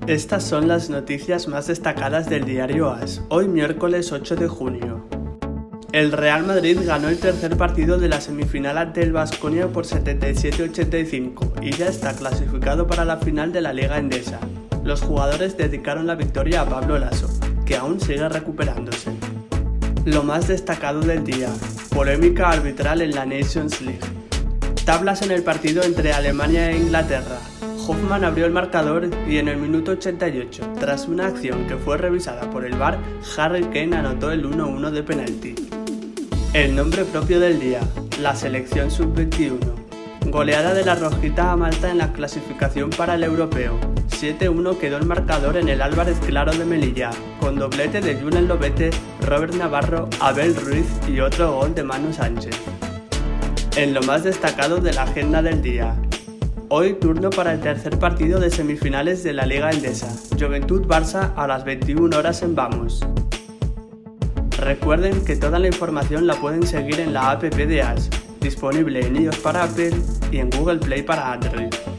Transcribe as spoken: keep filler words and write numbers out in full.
Estas son las noticias más destacadas del diario AS, hoy miércoles ocho de junio. El Real Madrid ganó el tercer partido de la semifinal ante el Baskonia por setenta y siete a ochenta y cinco y ya está clasificado para la final de la Liga Endesa. Los jugadores dedicaron la victoria a Pablo Laso, que aún sigue recuperándose. Lo más destacado del día: polémica arbitral en la Nations League. Tablas en el partido entre Alemania e Inglaterra. Hoffman abrió el marcador y en el minuto ochenta y ocho, tras una acción que fue revisada por el V A R, Harry Kane anotó el uno uno de penalti. El nombre propio del día: la selección sub veintiuno. Goleada de la Rojita a Malta en la clasificación para el Europeo. siete uno quedó el marcador en el Álvarez Claro de Melilla, con doblete de Julen Lobete, Robert Navarro, Abel Ruiz y otro gol de Manu Sánchez. En lo más destacado de la agenda del día: hoy turno para el tercer partido de semifinales de la Liga Endesa, Joventut-Barça a las veintiuna horas en Vamos. Recuerden que toda la información la pueden seguir en la app de AS, disponible en iOS para Apple y en Google Play para Android.